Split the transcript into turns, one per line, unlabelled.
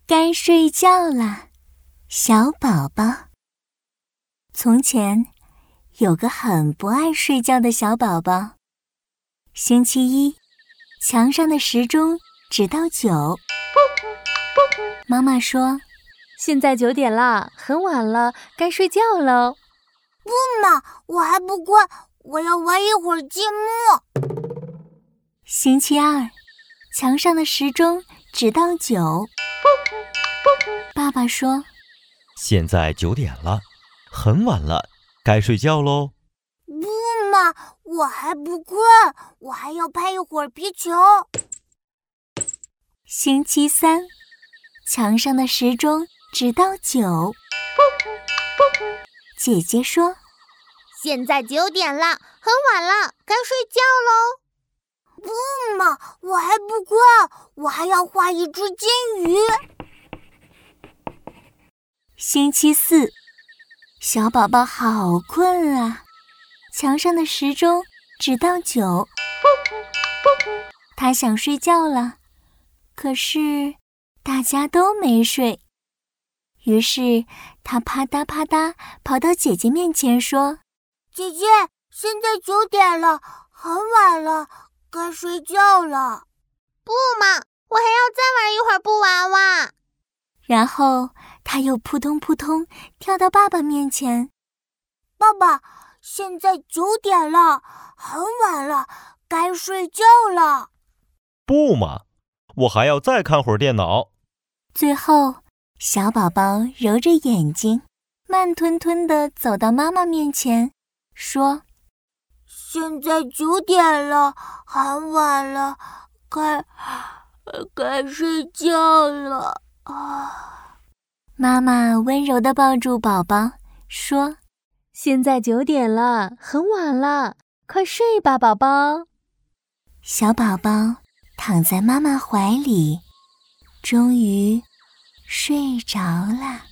该睡觉了，小宝宝。从前有个很不爱睡觉的小宝宝。星期一，墙上的时钟指到9。妈妈说：“
现在9点了，很晚了，该睡觉喽。”
不嘛，我还不困，我要玩一会儿积木。
星期二，墙上的时钟指到9。爸爸说：“
现在9点了，很晚了，该睡觉喽。”
不嘛，我还不困，我还要拍一会儿皮球。
星期三，墙上的时钟指到9。姐姐说：“
现在9点了，很晚了，该睡觉喽。”
不嘛，我还不困，我还要画一只金鱼。
星期四，小宝宝好困啊，墙上的时钟指到9。他想睡觉了，可是大家都没睡。于是他啪嗒啪嗒跑到姐姐面前说：“
姐姐，现在9点了，很晚了，该睡觉了。”
不嘛，我还要再玩一会儿布娃娃。
然后他又扑通扑通跳到爸爸面前：“
爸爸，现在9点了，很晚了，该睡觉了。”
不嘛，我还要再看会儿电脑。
最后小宝宝揉着眼睛，慢吞吞地走到妈妈面前，说：“
现在9点了，很晚了，该睡觉了啊！”
妈妈温柔地抱住宝宝，说：“
现在9点了，很晚了，快睡吧，宝宝。”
小宝宝躺在妈妈怀里，终于睡着了。